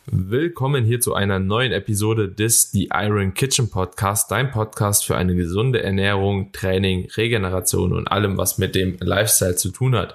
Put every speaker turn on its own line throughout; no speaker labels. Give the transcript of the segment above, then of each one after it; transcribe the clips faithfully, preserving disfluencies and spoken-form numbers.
Willkommen hier zu einer neuen Episode des The Iron Kitchen Podcast, dein Podcast für eine gesunde Ernährung, Training, Regeneration und allem, was mit dem Lifestyle zu tun hat.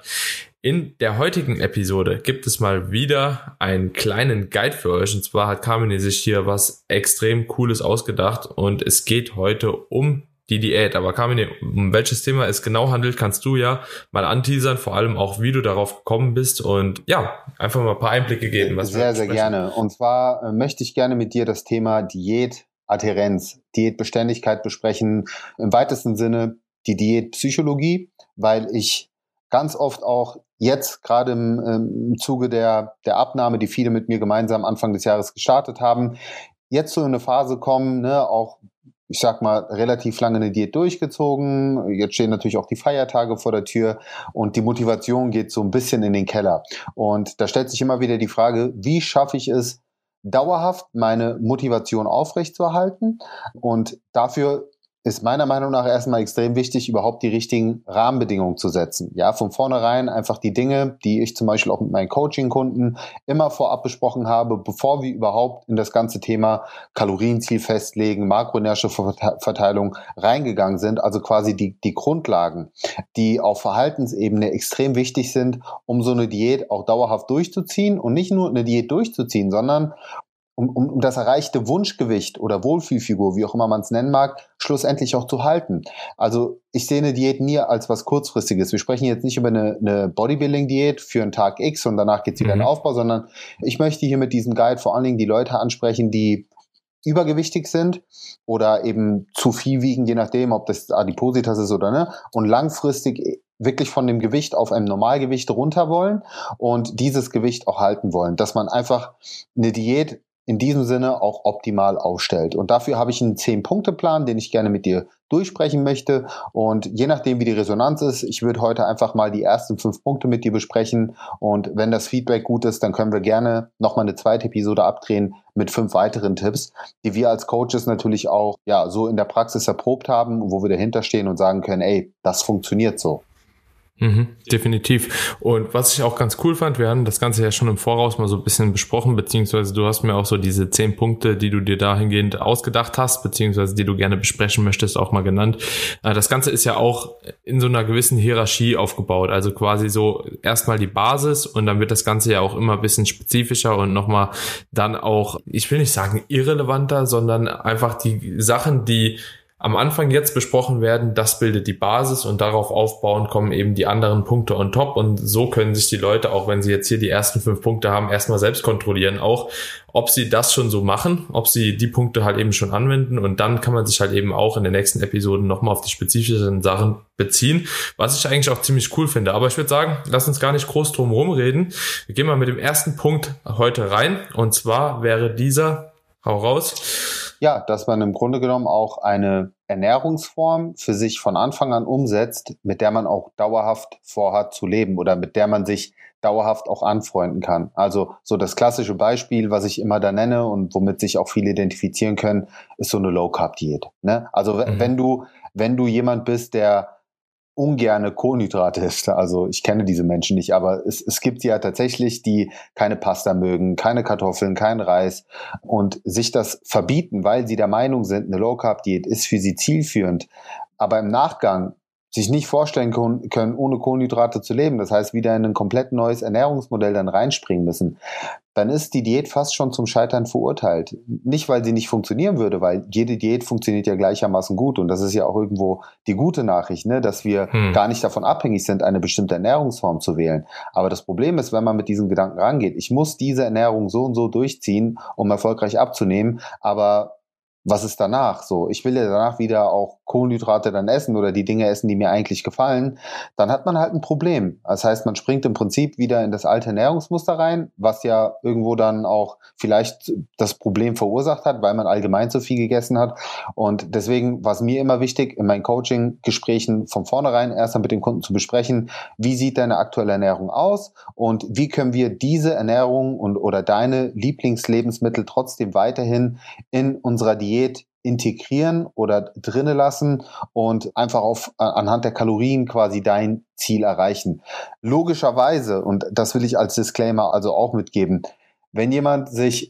In der heutigen Episode gibt es mal wieder einen kleinen Guide für euch, und zwar hat Carmine sich hier was extrem Cooles ausgedacht und es geht heute um die Diät. Aber Carmine, um welches Thema es genau handelt, kannst du ja mal anteasern, vor allem auch, wie du darauf gekommen bist und ja, einfach mal ein paar Einblicke geben. Was
sehr, sehr gerne. Und zwar äh, möchte ich gerne mit dir das Thema Diät, Adhärenz, Diätbeständigkeit besprechen, im weitesten Sinne die Diätpsychologie, weil ich ganz oft auch jetzt gerade im, im Zuge der, der Abnahme, die viele mit mir gemeinsam Anfang des Jahres gestartet haben, jetzt so in eine Phase kommen, ne, auch ich sag mal, relativ lange eine Diät durchgezogen. Jetzt stehen natürlich auch die Feiertage vor der Tür und die Motivation geht so ein bisschen in den Keller. Und da stellt sich immer wieder die Frage, wie schaffe ich es, dauerhaft meine Motivation aufrechtzuerhalten? Und dafür ist meiner Meinung nach erstmal extrem wichtig, überhaupt die richtigen Rahmenbedingungen zu setzen. Ja, von vornherein einfach die Dinge, die ich zum Beispiel auch mit meinen Coaching-Kunden immer vorab besprochen habe, bevor wir überhaupt in das ganze Thema Kalorienziel festlegen, Makronährstoffverteilung reingegangen sind. Also quasi die, die Grundlagen, die auf Verhaltensebene extrem wichtig sind, um so eine Diät auch dauerhaft durchzuziehen und nicht nur eine Diät durchzuziehen, sondern Um, um, um das erreichte Wunschgewicht oder Wohlfühlfigur, wie auch immer man es nennen mag, schlussendlich auch zu halten. Also ich sehe eine Diät nie als was Kurzfristiges. Wir sprechen jetzt nicht über eine, eine Bodybuilding-Diät für einen Tag X und danach geht es wieder mhm. in den Aufbau, sondern ich möchte hier mit diesem Guide vor allen Dingen die Leute ansprechen, die übergewichtig sind oder eben zu viel wiegen, je nachdem, ob das Adipositas ist oder ne, und langfristig wirklich von dem Gewicht auf ein Normalgewicht runter wollen und dieses Gewicht auch halten wollen, dass man einfach eine Diät in diesem Sinne auch optimal aufstellt. Und dafür habe ich einen zehn-Punkte-Plan, den ich gerne mit dir durchsprechen möchte. Und je nachdem, wie die Resonanz ist, ich würde heute einfach mal die ersten fünf Punkte mit dir besprechen. Und wenn das Feedback gut ist, dann können wir gerne nochmal eine zweite Episode abdrehen mit fünf weiteren Tipps, die wir als Coaches natürlich auch ja so in der Praxis erprobt haben, wo wir dahinter stehen und sagen können, ey, das funktioniert so.
Mhm, definitiv. Und was ich auch ganz cool fand, wir hatten das Ganze ja schon im Voraus mal so ein bisschen besprochen, beziehungsweise du hast mir auch so diese zehn Punkte, die du dir dahingehend ausgedacht hast, beziehungsweise die du gerne besprechen möchtest, auch mal genannt. Das Ganze ist ja auch in so einer gewissen Hierarchie aufgebaut, also quasi so erstmal die Basis und dann wird das Ganze ja auch immer ein bisschen spezifischer und nochmal dann auch, ich will nicht sagen irrelevanter, sondern einfach die Sachen, die am Anfang jetzt besprochen werden, das bildet die Basis und darauf aufbauen kommen eben die anderen Punkte on top und so können sich die Leute, auch wenn sie jetzt hier die ersten fünf Punkte haben, erstmal selbst kontrollieren, auch ob sie das schon so machen, ob sie die Punkte halt eben schon anwenden und dann kann man sich halt eben auch in den nächsten Episoden nochmal auf die spezifischen Sachen beziehen, was ich eigentlich auch ziemlich cool finde. Aber ich würde sagen, lass uns gar nicht groß drum rumreden. Wir gehen mal mit dem ersten Punkt heute rein und zwar wäre dieser, hau raus,
ja, dass man im Grunde genommen auch eine Ernährungsform für sich von Anfang an umsetzt, mit der man auch dauerhaft vorhat zu leben oder mit der man sich dauerhaft auch anfreunden kann. Also so das klassische Beispiel, was ich immer da nenne und womit sich auch viele identifizieren können, ist so eine Low-Carb-Diät. Ne? Also mhm. wenn du wenn du jemand bist, der ungerne Kohlenhydrate isst. Also ich kenne diese Menschen nicht, aber es, es gibt sie ja tatsächlich, die keine Pasta mögen, keine Kartoffeln, keinen Reis und sich das verbieten, weil sie der Meinung sind, eine Low-Carb-Diät ist für sie zielführend, aber im Nachgang sich nicht vorstellen können, ohne Kohlenhydrate zu leben, das heißt wieder in ein komplett neues Ernährungsmodell dann reinspringen müssen, dann ist die Diät fast schon zum Scheitern verurteilt. Nicht, weil sie nicht funktionieren würde, weil jede Diät funktioniert ja gleichermaßen gut und das ist ja auch irgendwo die gute Nachricht, ne, dass wir hm. gar nicht davon abhängig sind, eine bestimmte Ernährungsform zu wählen. Aber das Problem ist, wenn man mit diesen Gedanken rangeht, ich muss diese Ernährung so und so durchziehen, um erfolgreich abzunehmen, aber was ist danach? So, ich will ja danach wieder auch Kohlenhydrate dann essen oder die Dinge essen, die mir eigentlich gefallen. Dann hat man halt ein Problem. Das heißt, man springt im Prinzip wieder in das alte Ernährungsmuster rein, was ja irgendwo dann auch vielleicht das Problem verursacht hat, weil man allgemein zu viel gegessen hat. Und deswegen war es mir immer wichtig, in meinen Coaching-Gesprächen von vornherein erst mit dem Kunden zu besprechen, wie sieht deine aktuelle Ernährung aus und wie können wir diese Ernährung und oder deine Lieblingslebensmittel trotzdem weiterhin in unserer Diät integrieren oder drinne lassen und einfach auf anhand der Kalorien quasi dein Ziel erreichen. Logischerweise, und das will ich als Disclaimer also auch mitgeben, wenn jemand sich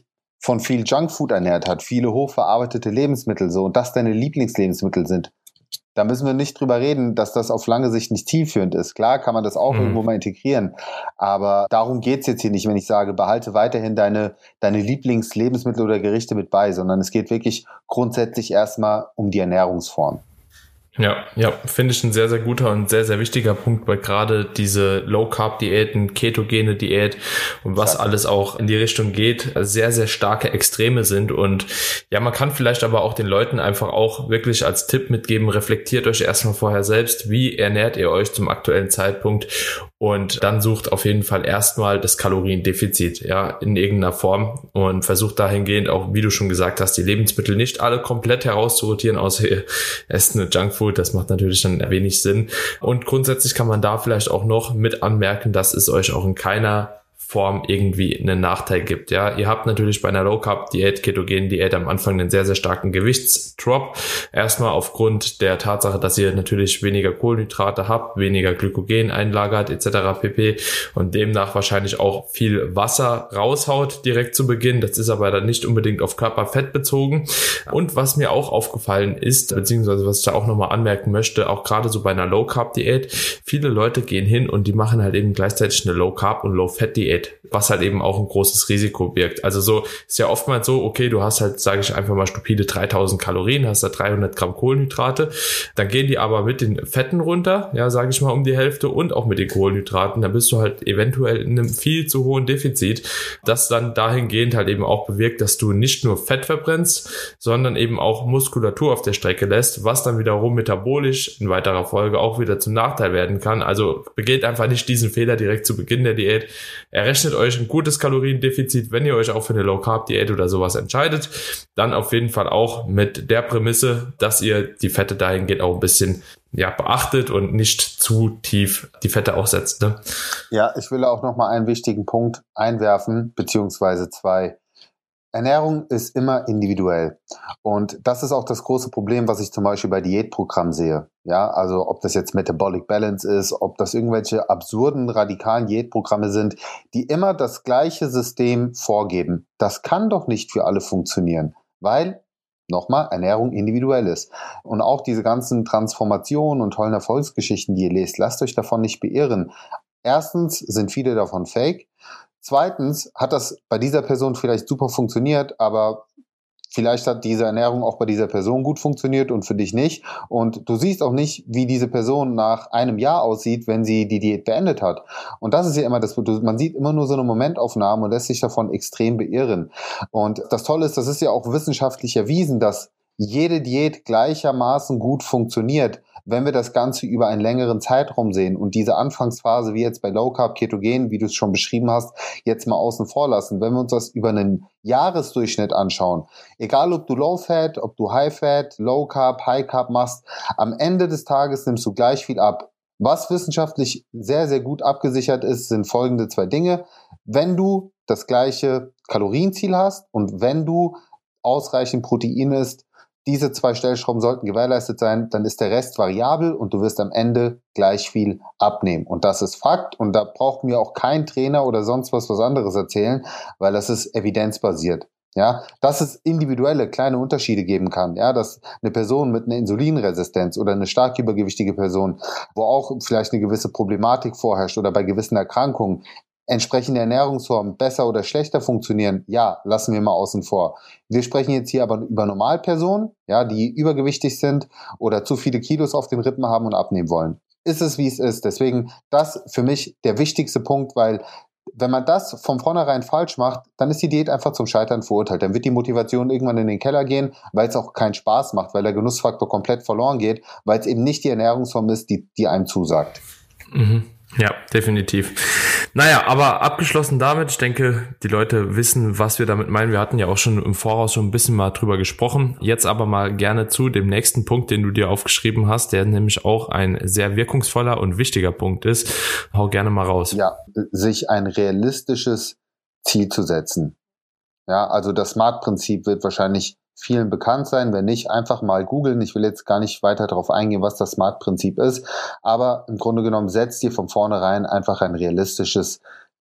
von viel Junkfood ernährt hat, viele hochverarbeitete Lebensmittel so und das deine Lieblingslebensmittel sind, da müssen wir nicht drüber reden, dass das auf lange Sicht nicht zielführend ist. Klar kann man das auch mhm. irgendwo mal integrieren, aber darum geht's jetzt hier nicht, wenn ich sage, behalte weiterhin deine, deine Lieblingslebensmittel oder Gerichte mit bei, sondern es geht wirklich grundsätzlich erstmal um die Ernährungsform.
Ja, ja, finde ich ein sehr, sehr guter und sehr, sehr wichtiger Punkt, weil gerade diese Low-Carb-Diäten, ketogene Diät und was alles auch in die Richtung geht, sehr, sehr starke Extreme sind. Und ja, man kann vielleicht aber auch den Leuten einfach auch wirklich als Tipp mitgeben, reflektiert euch erstmal vorher selbst, wie ernährt ihr euch zum aktuellen Zeitpunkt und dann sucht auf jeden Fall erstmal das Kaloriendefizit, ja, in irgendeiner Form und versucht dahingehend auch, wie du schon gesagt hast, die Lebensmittel nicht alle komplett herauszurotieren, außer ihr esst eine Junkfood. Das macht natürlich dann wenig Sinn. Und grundsätzlich kann man da vielleicht auch noch mit anmerken, dass es euch auch in keiner Form irgendwie einen Nachteil gibt. Ja, ihr habt natürlich bei einer Low-Carb-Diät, ketogenen Diät am Anfang einen sehr, sehr starken Gewichtsdrop. Erstmal aufgrund der Tatsache, dass ihr natürlich weniger Kohlenhydrate habt, weniger Glykogen einlagert et cetera pp. Und demnach wahrscheinlich auch viel Wasser raushaut direkt zu Beginn. Das ist aber dann nicht unbedingt auf Körperfett bezogen. Und was mir auch aufgefallen ist, beziehungsweise was ich da auch nochmal anmerken möchte, auch gerade so bei einer Low-Carb-Diät, viele Leute gehen hin und die machen halt eben gleichzeitig eine Low-Carb- und Low-Fat-Diät, was halt eben auch ein großes Risiko birgt. Also so ist ja oftmals so, okay, du hast halt, sage ich einfach mal, stupide dreitausend Kalorien, hast da dreihundert Gramm Kohlenhydrate, dann gehen die aber mit den Fetten runter, ja, sage ich mal, um die Hälfte und auch mit den Kohlenhydraten, dann bist du halt eventuell in einem viel zu hohen Defizit, das dann dahingehend halt eben auch bewirkt, dass du nicht nur Fett verbrennst, sondern eben auch Muskulatur auf der Strecke lässt, was dann wiederum metabolisch in weiterer Folge auch wieder zum Nachteil werden kann. Also begeht einfach nicht diesen Fehler direkt zu Beginn der Diät. Errechnet euch ein gutes Kaloriendefizit, wenn ihr euch auch für eine Low-Carb-Diät oder sowas entscheidet. Dann auf jeden Fall auch mit der Prämisse, dass ihr die Fette dahingehend auch ein bisschen ja, beachtet und nicht zu tief die Fette auch setzt. Ne?
Ja, ich will auch noch mal einen wichtigen Punkt einwerfen, beziehungsweise zwei. Ernährung ist immer individuell. Und das ist auch das große Problem, was ich zum Beispiel bei Diätprogrammen sehe. Ja, also ob das jetzt Metabolic Balance ist, ob das irgendwelche absurden, radikalen Diätprogramme sind, die immer das gleiche System vorgeben. Das kann doch nicht für alle funktionieren, weil, nochmal, Ernährung individuell ist. Und auch diese ganzen Transformationen und tollen Erfolgsgeschichten, die ihr lest, lasst euch davon nicht beirren. Erstens sind viele davon fake. Zweitens hat das bei dieser Person vielleicht super funktioniert, aber vielleicht hat diese Ernährung auch bei dieser Person gut funktioniert und für dich nicht. Und du siehst auch nicht, wie diese Person nach einem Jahr aussieht, wenn sie die Diät beendet hat. Und das ist ja immer das, man sieht immer nur so eine Momentaufnahme und lässt sich davon extrem beirren. Und das Tolle ist, das ist ja auch wissenschaftlich erwiesen, dass jede Diät gleichermaßen gut funktioniert, wenn wir das Ganze über einen längeren Zeitraum sehen und diese Anfangsphase, wie jetzt bei Low Carb, Ketogen, wie du es schon beschrieben hast, jetzt mal außen vor lassen. Wenn wir uns das über einen Jahresdurchschnitt anschauen, egal ob du Low Fat, ob du High Fat, Low Carb, High Carb machst, am Ende des Tages nimmst du gleich viel ab. Was wissenschaftlich sehr, sehr gut abgesichert ist, sind folgende zwei Dinge. Wenn du das gleiche Kalorienziel hast und wenn du ausreichend Protein isst, diese zwei Stellschrauben sollten gewährleistet sein, dann ist der Rest variabel und du wirst am Ende gleich viel abnehmen. Und das ist Fakt und da braucht mir auch kein Trainer oder sonst was was anderes erzählen, weil das ist evidenzbasiert. Ja, dass es individuelle kleine Unterschiede geben kann, ja, dass eine Person mit einer Insulinresistenz oder eine stark übergewichtige Person, wo auch vielleicht eine gewisse Problematik vorherrscht oder bei gewissen Erkrankungen, entsprechende Ernährungsformen besser oder schlechter funktionieren, ja, lassen wir mal außen vor. Wir sprechen jetzt hier aber über Normalpersonen, ja, die übergewichtig sind oder zu viele Kilos auf den Rippen haben und abnehmen wollen. Ist es, wie es ist. Deswegen das für mich der wichtigste Punkt, weil wenn man das von vornherein falsch macht, dann ist die Diät einfach zum Scheitern verurteilt. Dann wird die Motivation irgendwann in den Keller gehen, weil es auch keinen Spaß macht, weil der Genussfaktor komplett verloren geht, weil es eben nicht die Ernährungsform ist, die, die einem zusagt.
Mhm. Ja, definitiv. Naja, aber abgeschlossen damit, ich denke, die Leute wissen, was wir damit meinen. Wir hatten ja auch schon im Voraus schon ein bisschen mal drüber gesprochen. Jetzt aber mal gerne zu dem nächsten Punkt, den du dir aufgeschrieben hast, der nämlich auch ein sehr wirkungsvoller und wichtiger Punkt ist. Hau gerne mal raus.
Ja, sich ein realistisches Ziel zu setzen. Ja, also das SMART-Prinzip wird wahrscheinlich vielen bekannt sein. Wenn nicht, einfach mal googeln. Ich will jetzt gar nicht weiter darauf eingehen, was das SMART-Prinzip ist. Aber im Grunde genommen setzt ihr von vornherein einfach ein realistisches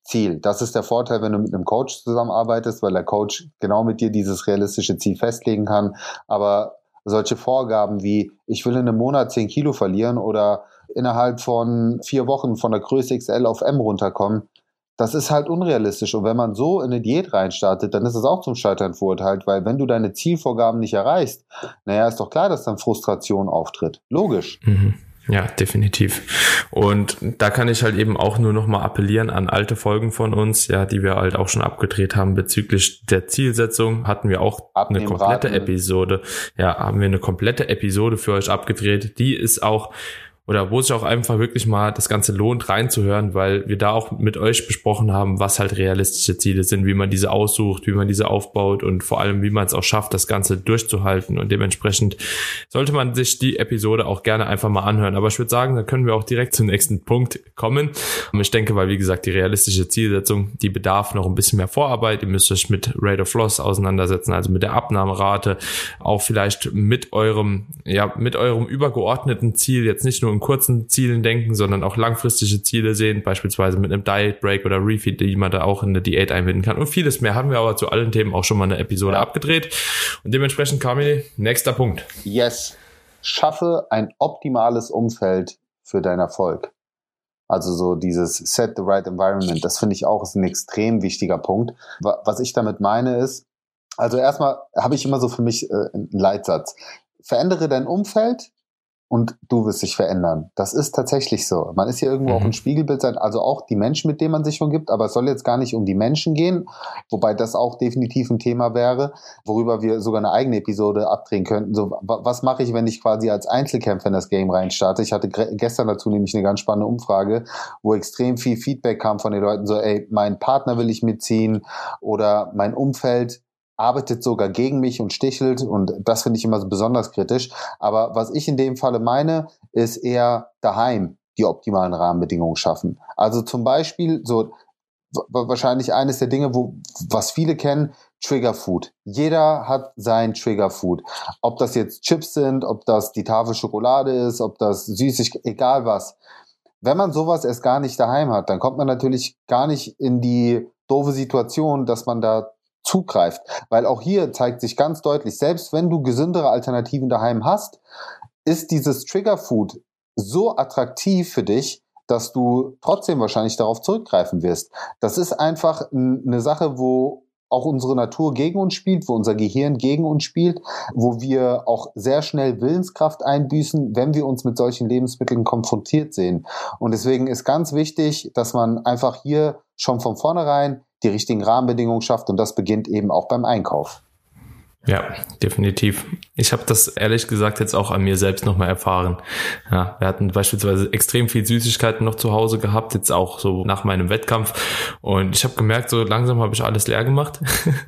Ziel. Das ist der Vorteil, wenn du mit einem Coach zusammenarbeitest, weil der Coach genau mit dir dieses realistische Ziel festlegen kann. Aber solche Vorgaben wie, ich will in einem Monat zehn Kilo verlieren oder innerhalb von vier Wochen von der Größe X L auf M runterkommen, das ist halt unrealistisch. Und wenn man so in eine Diät reinstartet, dann ist es auch zum Scheitern verurteilt, weil wenn du deine Zielvorgaben nicht erreichst, naja, ist doch klar, dass dann Frustration auftritt. Logisch.
Mhm. Ja, definitiv. Und da kann ich halt eben auch nur nochmal appellieren an alte Folgen von uns, ja, die wir halt auch schon abgedreht haben bezüglich der Zielsetzung. Hatten wir auch Abnehmen, eine komplette raten. Episode. Ja, haben wir eine komplette Episode für euch abgedreht. Die ist auch oder wo sich auch einfach wirklich mal das Ganze lohnt reinzuhören, weil wir da auch mit euch besprochen haben, was halt realistische Ziele sind, wie man diese aussucht, wie man diese aufbaut und vor allem, wie man es auch schafft, das Ganze durchzuhalten, und dementsprechend sollte man sich die Episode auch gerne einfach mal anhören. Aber ich würde sagen, da können wir auch direkt zum nächsten Punkt kommen. Und ich denke, weil wie gesagt, die realistische Zielsetzung, die bedarf noch ein bisschen mehr Vorarbeit. Ihr müsst euch mit Rate of Loss auseinandersetzen, also mit der Abnahmerate, auch vielleicht mit eurem, ja, mit eurem übergeordneten Ziel, jetzt nicht nur in kurzen Zielen denken, sondern auch langfristige Ziele sehen, beispielsweise mit einem Diet Break oder Refeed, die man da auch in eine Diät einbinden kann, und vieles mehr. Haben wir aber zu allen Themen auch schon mal eine Episode ja. abgedreht, und dementsprechend, Kamil, nächster Punkt.
Yes. Schaffe ein optimales Umfeld für deinen Erfolg. Also so dieses Set the right environment, das finde ich auch ist ein extrem wichtiger Punkt. Was ich damit meine ist, also erstmal habe ich immer so für mich äh, einen Leitsatz. Verändere dein Umfeld und du wirst dich verändern. Das ist tatsächlich so. Man ist hier irgendwo mhm. auch ein Spiegelbild sein, also auch die Menschen, mit denen man sich umgibt, aber es soll jetzt gar nicht um die Menschen gehen, wobei das auch definitiv ein Thema wäre, worüber wir sogar eine eigene Episode abdrehen könnten. So, was mache ich, wenn ich quasi als Einzelkämpfer in das Game reinstarte? Ich hatte gestern dazu nämlich eine ganz spannende Umfrage, wo extrem viel Feedback kam von den Leuten, so, ey, mein Partner will ich mitziehen oder mein Umfeld arbeitet sogar gegen mich und stichelt, und das finde ich immer so besonders kritisch. Aber was ich in dem Falle meine, ist eher daheim die optimalen Rahmenbedingungen schaffen. Also zum Beispiel so wahrscheinlich eines der Dinge, wo was viele kennen, Trigger Food. Jeder hat sein Trigger Food. Ob das jetzt Chips sind, ob das die Tafel Schokolade ist, ob das Süßigkeit, egal was. Wenn man sowas erst gar nicht daheim hat, dann kommt man natürlich gar nicht in die doofe Situation, dass man da zugreift, weil auch hier zeigt sich ganz deutlich, selbst wenn du gesündere Alternativen daheim hast, ist dieses Triggerfood so attraktiv für dich, dass du trotzdem wahrscheinlich darauf zurückgreifen wirst. Das ist einfach eine Sache, wo auch unsere Natur gegen uns spielt, wo unser Gehirn gegen uns spielt, wo wir auch sehr schnell Willenskraft einbüßen, wenn wir uns mit solchen Lebensmitteln konfrontiert sehen. Und deswegen ist ganz wichtig, dass man einfach hier schon von vornherein die richtigen Rahmenbedingungen schafft, und das beginnt eben auch beim Einkauf.
Ja, definitiv. Ich habe das ehrlich gesagt jetzt auch an mir selbst nochmal erfahren. Ja, wir hatten beispielsweise extrem viel Süßigkeiten noch zu Hause gehabt, jetzt auch so nach meinem Wettkampf. Und ich habe gemerkt, so langsam habe ich alles leer gemacht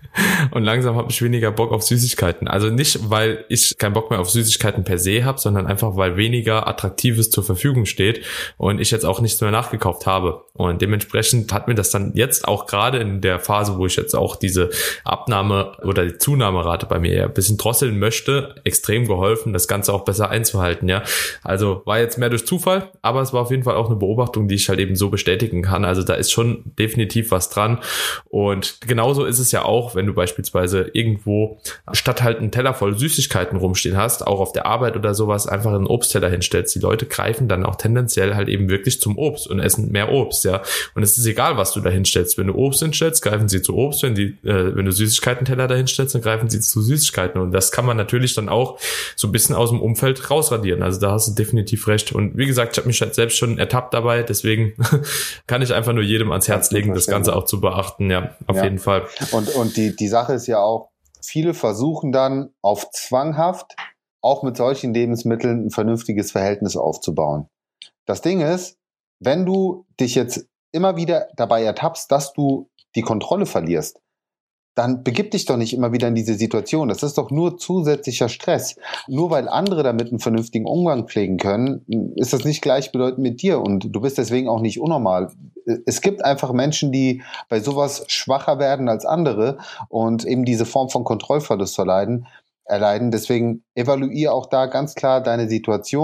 und langsam habe ich weniger Bock auf Süßigkeiten. Also nicht, weil ich keinen Bock mehr auf Süßigkeiten per se habe, sondern einfach, weil weniger Attraktives zur Verfügung steht und ich jetzt auch nichts mehr nachgekauft habe. Und dementsprechend hat mir das dann jetzt auch gerade in der Phase, wo ich jetzt auch diese Abnahme oder die Zunahmerate bei mir eher ein bisschen drosseln möchte, extrem geholfen, das Ganze auch besser einzuhalten, ja. Also war jetzt mehr durch Zufall, aber es war auf jeden Fall auch eine Beobachtung, die ich halt eben so bestätigen kann. Also da ist schon definitiv was dran. Und genauso ist es ja auch, wenn du beispielsweise irgendwo statt halt einen Teller voll Süßigkeiten rumstehen hast, auch auf der Arbeit oder sowas, einfach einen Obstteller hinstellst. Die Leute greifen dann auch tendenziell halt eben wirklich zum Obst und essen mehr Obst, ja. Und es ist egal, was du da hinstellst. Wenn du Obst hinstellst, greifen sie zu Obst. Wenn die, äh, wenn du Süßigkeiten-Teller da hinstellst, dann greifen sie zu Süßigkeiten, und das kann man natürlich dann auch so ein bisschen aus dem Umfeld rausradieren. Also da hast du definitiv recht, und wie gesagt, ich habe mich halt selbst schon ertappt dabei, deswegen kann ich einfach nur jedem ans Herz legen, das Ganze auch zu beachten, ja, auf ja. jeden Fall.
Und, und die, die Sache ist ja auch, viele versuchen dann auf zwanghaft auch mit solchen Lebensmitteln ein vernünftiges Verhältnis aufzubauen. Das Ding ist, wenn du dich jetzt immer wieder dabei ertappst, dass du die Kontrolle verlierst, dann begib dich doch nicht immer wieder in diese Situation. Das ist doch nur zusätzlicher Stress. Nur weil andere damit einen vernünftigen Umgang pflegen können, ist das nicht gleichbedeutend mit dir, und du bist deswegen auch nicht unnormal. Es gibt einfach Menschen, die bei sowas schwacher werden als andere und eben diese Form von Kontrollverlust erleiden. erleiden. Deswegen evaluiere auch da ganz klar deine Situation.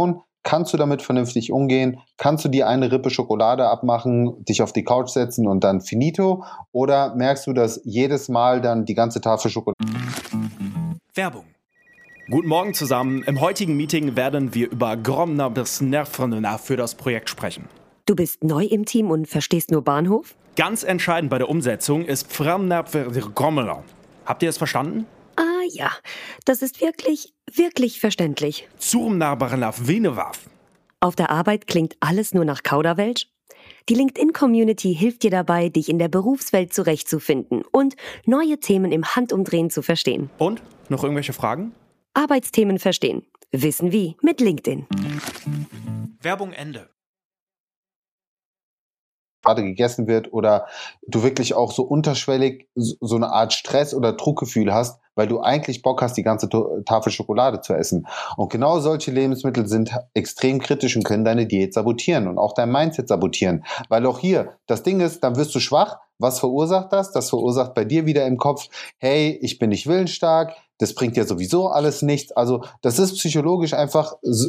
Kannst du damit vernünftig umgehen? Kannst du dir eine Rippe Schokolade abmachen, dich auf die Couch setzen und dann finito? Oder merkst du, dass jedes Mal dann die ganze Tafel Schokolade...
Werbung. Guten Morgen zusammen. Im heutigen Meeting werden wir über Gromner bis Nervner für das Projekt sprechen.
Du bist neu im Team und verstehst nur Bahnhof?
Ganz entscheidend bei der Umsetzung ist Gromner. Habt ihr es verstanden?
Ah ja, das ist wirklich, wirklich verständlich. Auf der Arbeit klingt alles nur nach Kauderwelsch? Die LinkedIn-Community hilft dir dabei, dich in der Berufswelt zurechtzufinden und neue Themen im Handumdrehen zu verstehen.
Und? Noch irgendwelche Fragen?
Arbeitsthemen verstehen. Wissen wie mit LinkedIn.
Werbung Ende.
gerade gegessen wird oder du wirklich auch so unterschwellig so eine Art Stress oder Druckgefühl hast, weil du eigentlich Bock hast, die ganze Tafel Schokolade zu essen. Und genau solche Lebensmittel sind extrem kritisch und können deine Diät sabotieren und auch dein Mindset sabotieren. Weil auch hier, das Ding ist, dann wirst du schwach. Was verursacht das? Das verursacht bei dir wieder im Kopf, hey, ich bin nicht willensstark, das bringt ja sowieso alles nichts. Also das ist psychologisch einfach so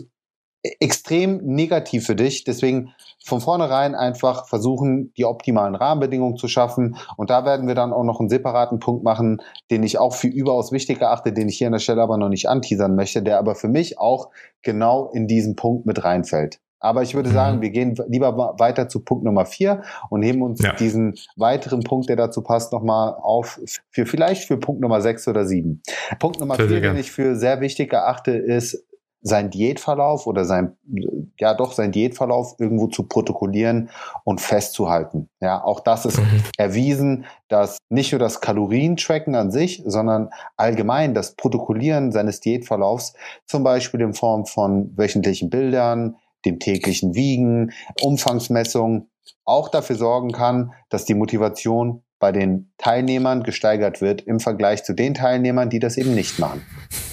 extrem negativ für dich. Deswegen von vornherein einfach versuchen, die optimalen Rahmenbedingungen zu schaffen. Und da werden wir dann auch noch einen separaten Punkt machen, den ich auch für überaus wichtig erachte, den ich hier an der Stelle aber noch nicht anteasern möchte, der aber für mich auch genau in diesen Punkt mit reinfällt. Aber ich würde sagen, wir gehen lieber weiter zu Punkt Nummer vier und heben uns ja. diesen weiteren Punkt, der dazu passt, nochmal auf für vielleicht für Punkt Nummer sechs oder sieben. Punkt Nummer vier, den ich für sehr wichtig erachte, ist, sein Diätverlauf oder sein, ja doch, sein Diätverlauf irgendwo zu protokollieren und festzuhalten. Ja, auch das ist mhm. erwiesen, dass nicht nur das Kalorientracken an sich, sondern allgemein das Protokollieren seines Diätverlaufs, zum Beispiel in Form von wöchentlichen Bildern, dem täglichen Wiegen, Umfangsmessung, auch dafür sorgen kann, dass die Motivation bei den Teilnehmern gesteigert wird im Vergleich zu den Teilnehmern, die das eben nicht machen.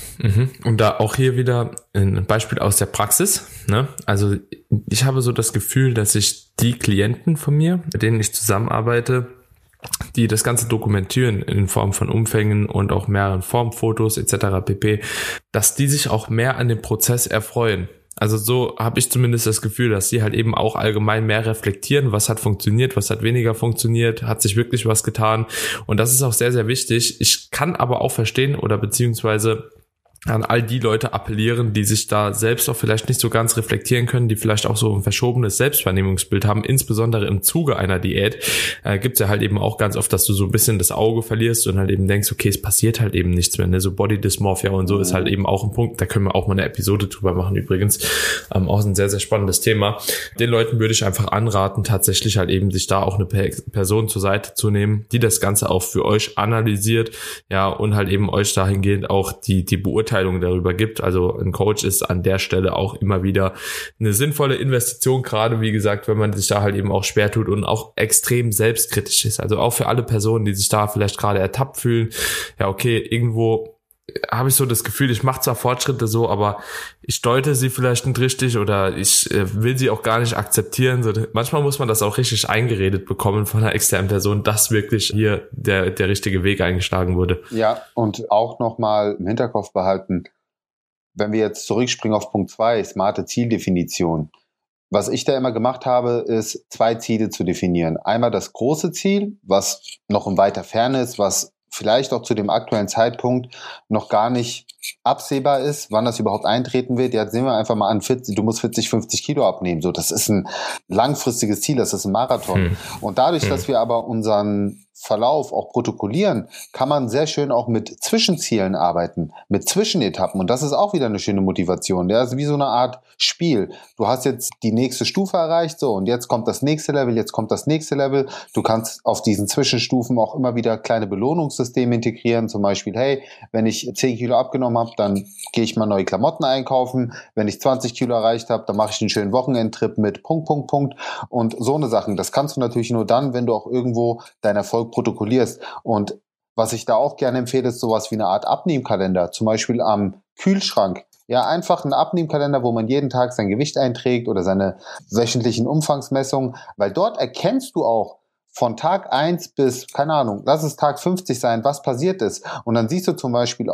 Und da auch hier wieder ein Beispiel aus der Praxis. Ne? Also ich habe so das Gefühl, dass ich die Klienten von mir, mit denen ich zusammenarbeite, die das Ganze dokumentieren in Form von Umfängen und auch mehreren Formfotos et cetera pp., dass die sich auch mehr an dem Prozess erfreuen. Also so habe ich zumindest das Gefühl, dass sie halt eben auch allgemein mehr reflektieren, was hat funktioniert, was hat weniger funktioniert, hat sich wirklich was getan. Und das ist auch sehr, sehr wichtig. Ich kann aber auch verstehen oder beziehungsweise an all die Leute appellieren, die sich da selbst auch vielleicht nicht so ganz reflektieren können, die vielleicht auch so ein verschobenes Selbstwahrnehmungsbild haben, insbesondere im Zuge einer Diät, äh, gibt's ja halt eben auch ganz oft, dass du so ein bisschen das Auge verlierst und halt eben denkst, okay, es passiert halt eben nichts mehr, ne? So Body Dysmorphia und so ist halt eben auch ein Punkt, da können wir auch mal eine Episode drüber machen übrigens, ähm, auch ein sehr, sehr spannendes Thema. Den Leuten würde ich einfach anraten, tatsächlich halt eben sich da auch eine Person zur Seite zu nehmen, die das Ganze auch für euch analysiert, ja, und halt eben euch dahingehend auch die, die Beurteilung darüber gibt. Also ein Coach ist an der Stelle auch immer wieder eine sinnvolle Investition, gerade wie gesagt, wenn man sich da halt eben auch schwer tut und auch extrem selbstkritisch ist. Also auch für alle Personen, die sich da vielleicht gerade ertappt fühlen, ja okay, irgendwo habe ich so das Gefühl, ich mache zwar Fortschritte so, aber ich deute sie vielleicht nicht richtig oder ich äh, will sie auch gar nicht akzeptieren. So, manchmal muss man das auch richtig eingeredet bekommen von einer externen Person, dass wirklich hier der, der richtige Weg eingeschlagen wurde.
Ja, und auch nochmal im Hinterkopf behalten, wenn wir jetzt zurückspringen auf Punkt zwei, smarte Zieldefinition. Was ich da immer gemacht habe, ist zwei Ziele zu definieren. Einmal das große Ziel, was noch in weiter Ferne ist, was vielleicht auch zu dem aktuellen Zeitpunkt noch gar nicht absehbar ist, wann das überhaupt eintreten wird. Jetzt sehen wir einfach mal an, vierzig, du musst vierzig, fünfzig Kilo abnehmen. So, das ist ein langfristiges Ziel, das ist ein Marathon. Hm. Und dadurch, hm. dass wir aber unseren Verlauf auch protokollieren, kann man sehr schön auch mit Zwischenzielen arbeiten, mit Zwischenetappen. Und das ist auch wieder eine schöne Motivation. Ja, ist wie so eine Art Spiel. Du hast jetzt die nächste Stufe erreicht, so, und jetzt kommt das nächste Level, jetzt kommt das nächste Level. Du kannst auf diesen Zwischenstufen auch immer wieder kleine Belohnungssysteme integrieren. Zum Beispiel, hey, wenn ich zehn Kilo abgenommen habe, dann gehe ich mal neue Klamotten einkaufen. Wenn ich zwanzig Kilo erreicht habe, dann mache ich einen schönen Wochenendtrip mit Punkt, Punkt, Punkt. Und so eine Sachen. Das kannst du natürlich nur dann, wenn du auch irgendwo deinen Erfolg protokollierst. Und was ich da auch gerne empfehle, ist sowas wie eine Art Abnehmkalender, zum Beispiel am Kühlschrank. Ja, einfach ein Abnehmkalender, wo man jeden Tag sein Gewicht einträgt oder seine wöchentlichen Umfangsmessungen, weil dort erkennst du auch von Tag eins bis, keine Ahnung, lass es Tag fünfzig sein, was passiert ist. Und dann siehst du zum Beispiel auch,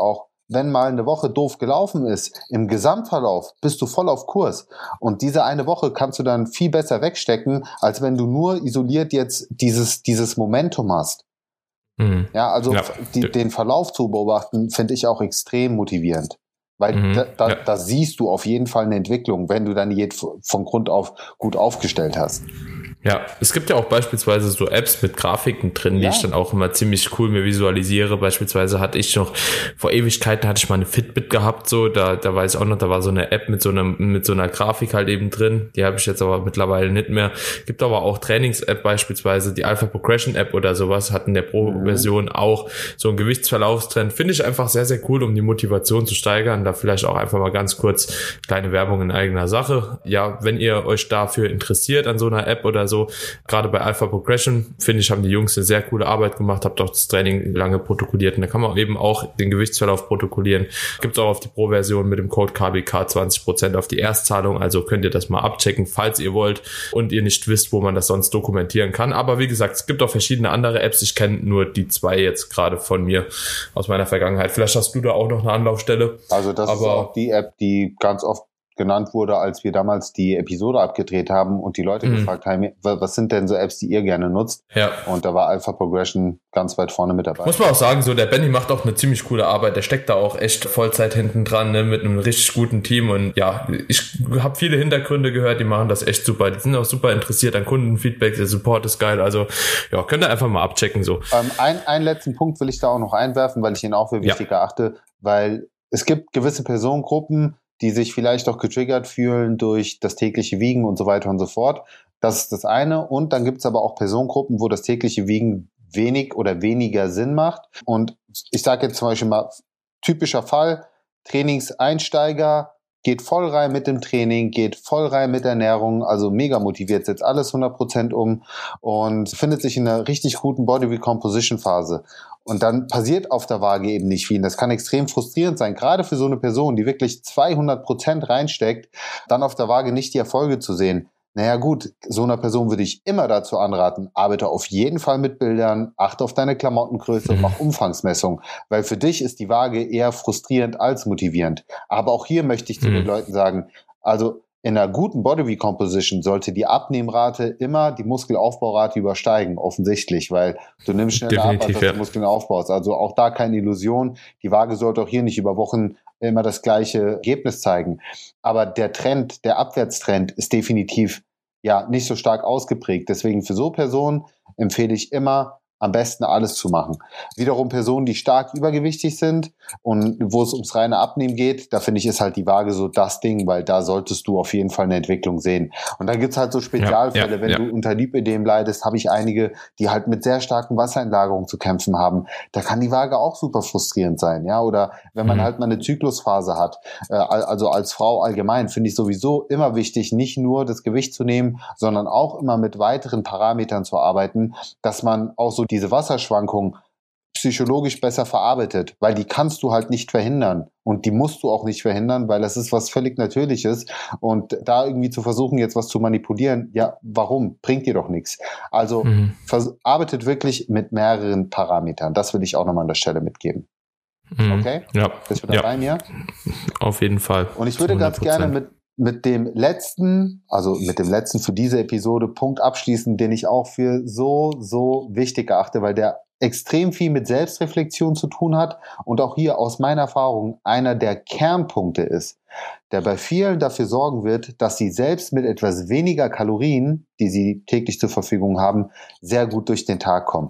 wenn mal eine Woche doof gelaufen ist, im Gesamtverlauf bist du voll auf Kurs. Und diese eine Woche kannst du dann viel besser wegstecken, als wenn du nur isoliert jetzt dieses, dieses Momentum hast. Mhm. Ja, also ja. Die, den Verlauf zu beobachten, finde ich auch extrem motivierend. Weil mhm. da, da, ja. da siehst du auf jeden Fall eine Entwicklung, wenn du dann von Grund auf gut aufgestellt hast.
Ja, es gibt ja auch beispielsweise so Apps mit Grafiken drin, die ja. ich dann auch immer ziemlich cool mir visualisiere. Beispielsweise hatte ich noch, vor Ewigkeiten hatte ich mal eine Fitbit gehabt, so, da, da weiß ich auch noch, da war so eine App mit so einer, mit so einer Grafik halt eben drin. Die habe ich jetzt aber mittlerweile nicht mehr. Gibt aber auch Trainings-App beispielsweise, die Alpha Progression App oder sowas, hat in der Pro-Version mhm. auch so einen Gewichtsverlaufstrend. Finde ich einfach sehr, sehr cool, um die Motivation zu steigern. Da vielleicht auch einfach mal ganz kurz kleine Werbung in eigener Sache. Ja, wenn ihr euch dafür interessiert an so einer App oder so, gerade bei Alpha Progression, finde ich, haben die Jungs eine sehr coole Arbeit gemacht, habt auch das Training lange protokolliert und da kann man eben auch den Gewichtsverlauf protokollieren. Gibt es auch auf die Pro-Version mit dem Code K B K zwanzig Prozent auf die Erstzahlung, also könnt ihr das mal abchecken, falls ihr wollt und ihr nicht wisst, wo man das sonst dokumentieren kann. Aber wie gesagt, es gibt auch verschiedene andere Apps, ich kenne nur die zwei jetzt gerade von mir aus meiner Vergangenheit. Vielleicht hast du da auch noch eine Anlaufstelle.
Also das Aber ist auch die App, die ganz oft genannt wurde, als wir damals die Episode abgedreht haben und die Leute mhm. gefragt haben, was sind denn so Apps, die ihr gerne nutzt?
Ja.
Und da war Alpha Progression ganz weit vorne mit dabei.
Muss man auch sagen, so der Benny macht auch eine ziemlich coole Arbeit, der steckt da auch echt Vollzeit hinten dran, ne, mit einem richtig guten Team und ja, ich habe viele Hintergründe gehört, die machen das echt super, die sind auch super interessiert an Kundenfeedback, der Support ist geil, also ja, könnt ihr einfach mal abchecken so.
Ähm, ein, einen letzten Punkt will ich da auch noch einwerfen, weil ich ihn auch für wichtig ja. erachte, weil es gibt gewisse Personengruppen, die sich vielleicht auch getriggert fühlen durch das tägliche Wiegen und so weiter und so fort. Das ist das eine. Und dann gibt es aber auch Personengruppen, wo das tägliche Wiegen wenig oder weniger Sinn macht. Und ich sage jetzt zum Beispiel mal, typischer Fall, Trainingseinsteiger, geht voll rein mit dem Training, geht voll rein mit der Ernährung, also mega motiviert, setzt alles hundert Prozent um und findet sich in einer richtig guten Body Recomposition Phase. Und dann passiert auf der Waage eben nicht viel. Das kann extrem frustrierend sein, gerade für so eine Person, die wirklich zweihundert Prozent reinsteckt, dann auf der Waage nicht die Erfolge zu sehen. Naja gut, so einer Person würde ich immer dazu anraten, arbeite auf jeden Fall mit Bildern, achte auf deine Klamottengröße und mach Umfangsmessung, weil für dich ist die Waage eher frustrierend als motivierend. Aber auch hier möchte ich zu mhm. den Leuten sagen, also in einer guten Body Recomposition sollte die Abnehmrate immer die Muskelaufbaurate übersteigen, offensichtlich, weil du nimmst schneller ab, als ja. du Muskeln aufbaust. Also auch da keine Illusion. Die Waage sollte auch hier nicht über Wochen immer das gleiche Ergebnis zeigen. Aber der Trend, der Abwärtstrend ist definitiv ja nicht so stark ausgeprägt. Deswegen für so Personen empfehle ich immer, am besten alles zu machen. Wiederum Personen, die stark übergewichtig sind und wo es ums reine Abnehmen geht, da finde ich, ist halt die Waage so das Ding, weil da solltest du auf jeden Fall eine Entwicklung sehen. Und dann gibt's halt so Spezialfälle, ja, ja, wenn ja. du unter Lipödem leidest, habe ich einige, die halt mit sehr starken Wassereinlagerungen zu kämpfen haben. Da kann die Waage auch super frustrierend sein, ja. Oder wenn man mhm. halt mal eine Zyklusphase hat, äh, also als Frau allgemein, finde ich sowieso immer wichtig, nicht nur das Gewicht zu nehmen, sondern auch immer mit weiteren Parametern zu arbeiten, dass man auch so diese Wasserschwankungen psychologisch besser verarbeitet, weil die kannst du halt nicht verhindern und die musst du auch nicht verhindern, weil das ist was völlig Natürliches und da irgendwie zu versuchen, jetzt was zu manipulieren, ja, warum? Bringt dir doch nichts. Also mhm. arbeitet wirklich mit mehreren Parametern. Das will ich auch nochmal an der Stelle mitgeben.
Mhm.
Okay?
Ja.
Bist du dabei,
ja.
mir?
Auf jeden Fall.
Und ich würde ganz gerne mit mit dem letzten, also mit dem letzten für diese Episode Punkt abschließen, den ich auch für so, so wichtig erachte, weil der extrem viel mit Selbstreflexion zu tun hat und auch hier aus meiner Erfahrung einer der Kernpunkte ist, der bei vielen dafür sorgen wird, dass sie selbst mit etwas weniger Kalorien, die sie täglich zur Verfügung haben, sehr gut durch den Tag kommen.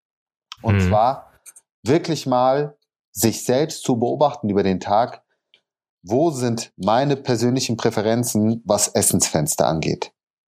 Und mhm. zwar wirklich mal sich selbst zu beobachten über den Tag, wo sind meine persönlichen Präferenzen, was Essensfenster angeht?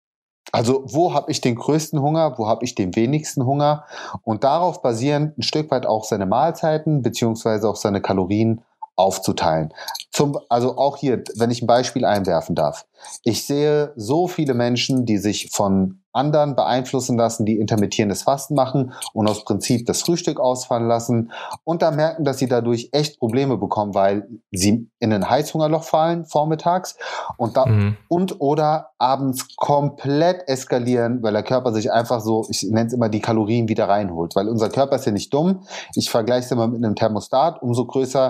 Also wo habe ich den größten Hunger, wo habe ich den wenigsten Hunger? Und darauf basierend ein Stück weit auch seine Mahlzeiten beziehungsweise auch seine Kalorien aufzuteilen. Zum, also auch hier, wenn ich ein Beispiel einwerfen darf. Ich sehe so viele Menschen, die sich von anderen beeinflussen lassen, die intermittierendes Fasten machen und aus Prinzip das Frühstück ausfallen lassen und dann merken, dass sie dadurch echt Probleme bekommen, weil sie in ein Heißhungerloch fallen vormittags und da, mhm. und oder abends komplett eskalieren, weil der Körper sich einfach so, ich nenne es immer, die Kalorien wieder reinholt, weil unser Körper ist ja nicht dumm. Ich vergleiche es immer mit einem Thermostat, umso größer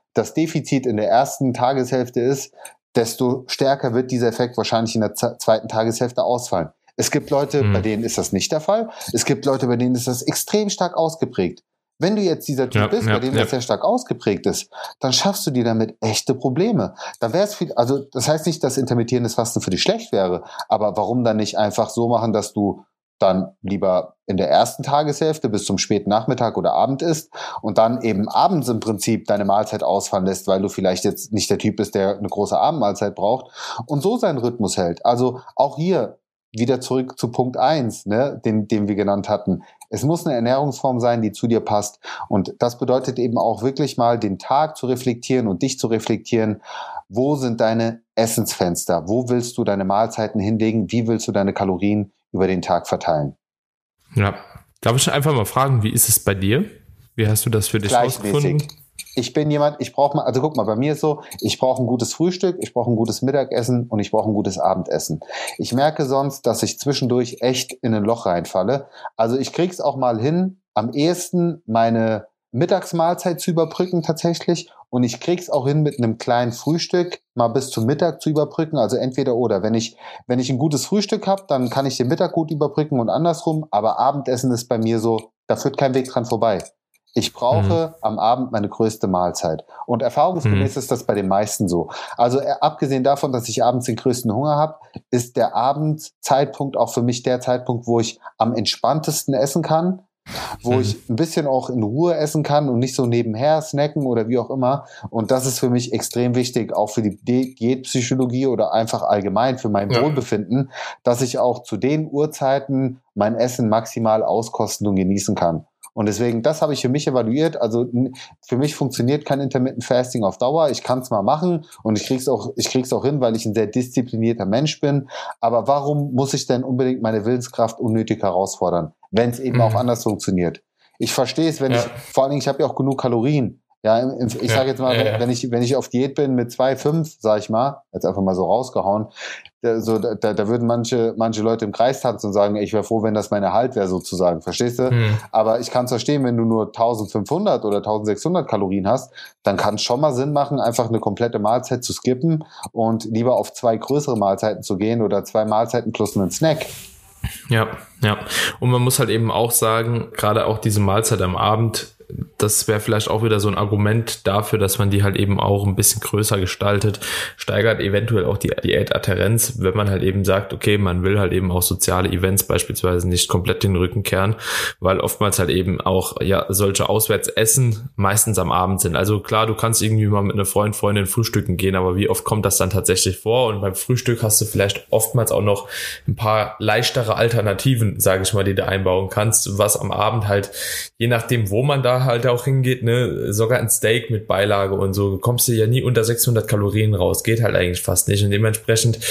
das Defizit in der ersten Tageshälfte ist, desto stärker wird dieser Effekt wahrscheinlich in der z- zweiten Tageshälfte ausfallen. Es gibt Leute, mhm. bei denen ist das nicht der Fall. Es gibt Leute, bei denen ist das extrem stark ausgeprägt. Wenn du jetzt dieser Typ ja, bist, ja, bei dem ja. das sehr stark ausgeprägt ist, dann schaffst du dir damit echte Probleme. Dann wäre es viel, also das heißt nicht, dass intermittierendes Fasten für dich schlecht wäre, aber warum dann nicht einfach so machen, dass du dann lieber in der ersten Tageshälfte bis zum späten Nachmittag oder Abend isst und dann eben abends im Prinzip deine Mahlzeit ausfallen lässt, weil du vielleicht jetzt nicht der Typ bist, der eine große Abendmahlzeit braucht und so seinen Rhythmus hält. Also auch hier wieder zurück zu Punkt eins, ne, den, den wir genannt hatten. Es muss eine Ernährungsform sein, die zu dir passt. Und das bedeutet eben auch wirklich mal den Tag zu reflektieren und dich zu reflektieren. Wo sind deine Essensfenster? Wo willst du deine Mahlzeiten hinlegen? Wie willst du deine Kalorien über den Tag verteilen?
Ja, darf ich einfach mal fragen, wie ist es bei dir? Wie hast du das für dich rausgefunden?
Ich bin jemand, ich brauche mal, also guck mal, bei mir ist so, ich brauche ein gutes Frühstück, ich brauche ein gutes Mittagessen und ich brauche ein gutes Abendessen. Ich merke sonst, dass ich zwischendurch echt in ein Loch reinfalle. Also ich krieg's auch mal hin, am ehesten meine Mittagsmahlzeit zu überbrücken tatsächlich und ich krieg's auch hin, mit einem kleinen Frühstück mal bis zum Mittag zu überbrücken, also entweder oder. Wenn ich, wenn ich ein gutes Frühstück habe, dann kann ich den Mittag gut überbrücken und andersrum, aber Abendessen ist bei mir so, da führt kein Weg dran vorbei. Ich brauche mhm. am Abend meine größte Mahlzeit. Und erfahrungsgemäß mhm. ist das bei den meisten so. Also äh, abgesehen davon, dass ich abends den größten Hunger habe, ist der Abendzeitpunkt auch für mich der Zeitpunkt, wo ich am entspanntesten essen kann, wo mhm. ich ein bisschen auch in Ruhe essen kann und nicht so nebenher snacken oder wie auch immer. Und das ist für mich extrem wichtig, auch für die Diätpsychologie oder einfach allgemein für mein ja. Wohlbefinden, dass ich auch zu den Uhrzeiten mein Essen maximal auskosten und genießen kann. Und deswegen, das habe ich für mich evaluiert. Also für mich funktioniert kein Intermittent Fasting auf Dauer. Ich kann es mal machen und ich krieg's auch, ich krieg's auch hin, weil ich ein sehr disziplinierter Mensch bin. Aber warum muss ich denn unbedingt meine Willenskraft unnötig herausfordern, wenn es eben mhm. auch anders funktioniert? Ich verstehe es, wenn ja. ich, vor allen Dingen, ich habe ja auch genug Kalorien. Ja, ich ja, sage jetzt mal, ja, ja. wenn ich wenn ich auf Diät bin mit zwei Komma fünf, sag ich mal, jetzt einfach mal so rausgehauen, da, so, da, da würden manche manche Leute im Kreis tanzen und sagen, ich wäre froh, wenn das mein Erhalt wäre sozusagen, verstehst du? Hm. Aber ich kann es verstehen, wenn du nur eintausendfünfhundert oder eintausendsechshundert Kalorien hast, dann kann es schon mal Sinn machen, einfach eine komplette Mahlzeit zu skippen und lieber auf zwei größere Mahlzeiten zu gehen oder zwei Mahlzeiten plus einen Snack.
Ja, ja. Und man muss halt eben auch sagen, gerade auch diese Mahlzeit am Abend, das wäre vielleicht auch wieder so ein Argument dafür, dass man die halt eben auch ein bisschen größer gestaltet, steigert eventuell auch die Diätadherenz, wenn man halt eben sagt, okay, man will halt eben auch soziale Events beispielsweise nicht komplett den Rücken kehren, weil oftmals halt eben auch ja solche Auswärtsessen meistens am Abend sind. Also klar, du kannst irgendwie mal mit einer Freund, Freundin frühstücken gehen, aber wie oft kommt das dann tatsächlich vor? Und beim Frühstück hast du vielleicht oftmals auch noch ein paar leichtere Alternativen, sage ich mal, die du einbauen kannst, was am Abend halt, je nachdem, wo man da halt auch hingeht, ne, sogar ein Steak mit Beilage und so, kommst du ja nie unter sechshundert Kalorien raus, geht halt eigentlich fast nicht und dementsprechend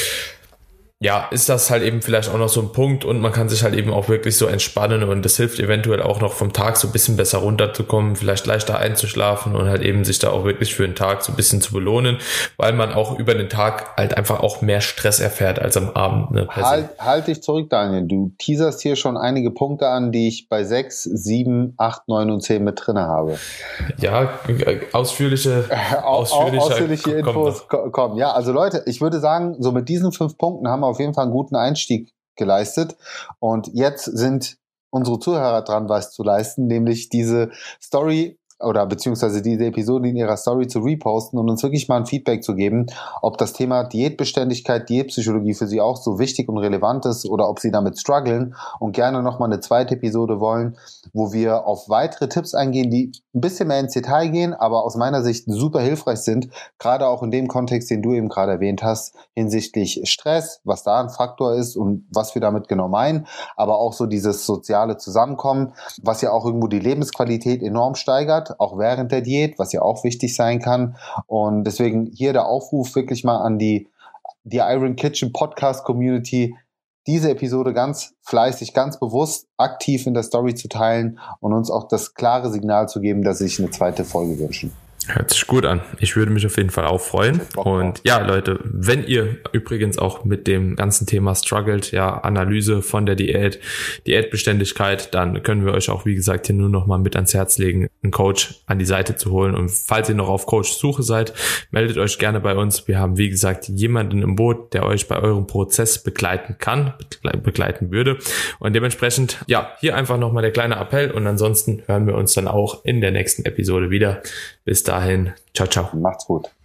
ja, ist das halt eben vielleicht auch noch so ein Punkt und man kann sich halt eben auch wirklich so entspannen und das hilft eventuell auch noch vom Tag so ein bisschen besser runterzukommen, vielleicht leichter einzuschlafen und halt eben sich da auch wirklich für den Tag so ein bisschen zu belohnen, weil man auch über den Tag halt einfach auch mehr Stress erfährt als am Abend. Ne,
halt, halt dich zurück, Daniel. Du teaserst hier schon einige Punkte an, die ich bei sechs, sieben, acht, neun und zehn mit drinne habe.
Ja, ausführliche,
ausführliche, ausführliche Infos kommen. Ja, also Leute, ich würde sagen, so mit diesen fünf Punkten haben wir auf jeden Fall einen guten Einstieg geleistet. Und jetzt sind unsere Zuhörer dran, was zu leisten, nämlich diese Story oder beziehungsweise diese Episode in ihrer Story zu reposten und uns wirklich mal ein Feedback zu geben, ob das Thema Diätbeständigkeit, Diätpsychologie für sie auch so wichtig und relevant ist oder ob sie damit strugglen und gerne nochmal eine zweite Episode wollen, wo wir auf weitere Tipps eingehen, die ein bisschen mehr ins Detail gehen, aber aus meiner Sicht super hilfreich sind, gerade auch in dem Kontext, den du eben gerade erwähnt hast, hinsichtlich Stress, was da ein Faktor ist und was wir damit genau meinen, aber auch so dieses soziale Zusammenkommen, was ja auch irgendwo die Lebensqualität enorm steigert, auch während der Diät, was ja auch wichtig sein kann. Und deswegen hier der Aufruf wirklich mal an die, die Iron Kitchen Podcast Community, diese Episode ganz fleißig, ganz bewusst aktiv in der Story zu teilen und uns auch das klare Signal zu geben, dass sie sich eine zweite Folge wünschen.
Hört sich gut an. Ich würde mich auf jeden Fall auch freuen. Und ja, Leute, wenn ihr übrigens auch mit dem ganzen Thema struggelt, ja, Analyse von der Diät, Diätbeständigkeit, dann können wir euch auch, wie gesagt, hier nur noch mal mit ans Herz legen, einen Coach an die Seite zu holen. Und falls ihr noch auf Coach-Suche seid, meldet euch gerne bei uns. Wir haben, wie gesagt, jemanden im Boot, der euch bei eurem Prozess begleiten kann, begleiten würde. Und dementsprechend, ja, hier einfach nochmal der kleine Appell. Und ansonsten hören wir uns dann auch in der nächsten Episode wieder. Bis dahin, ciao, ciao.
Macht's gut.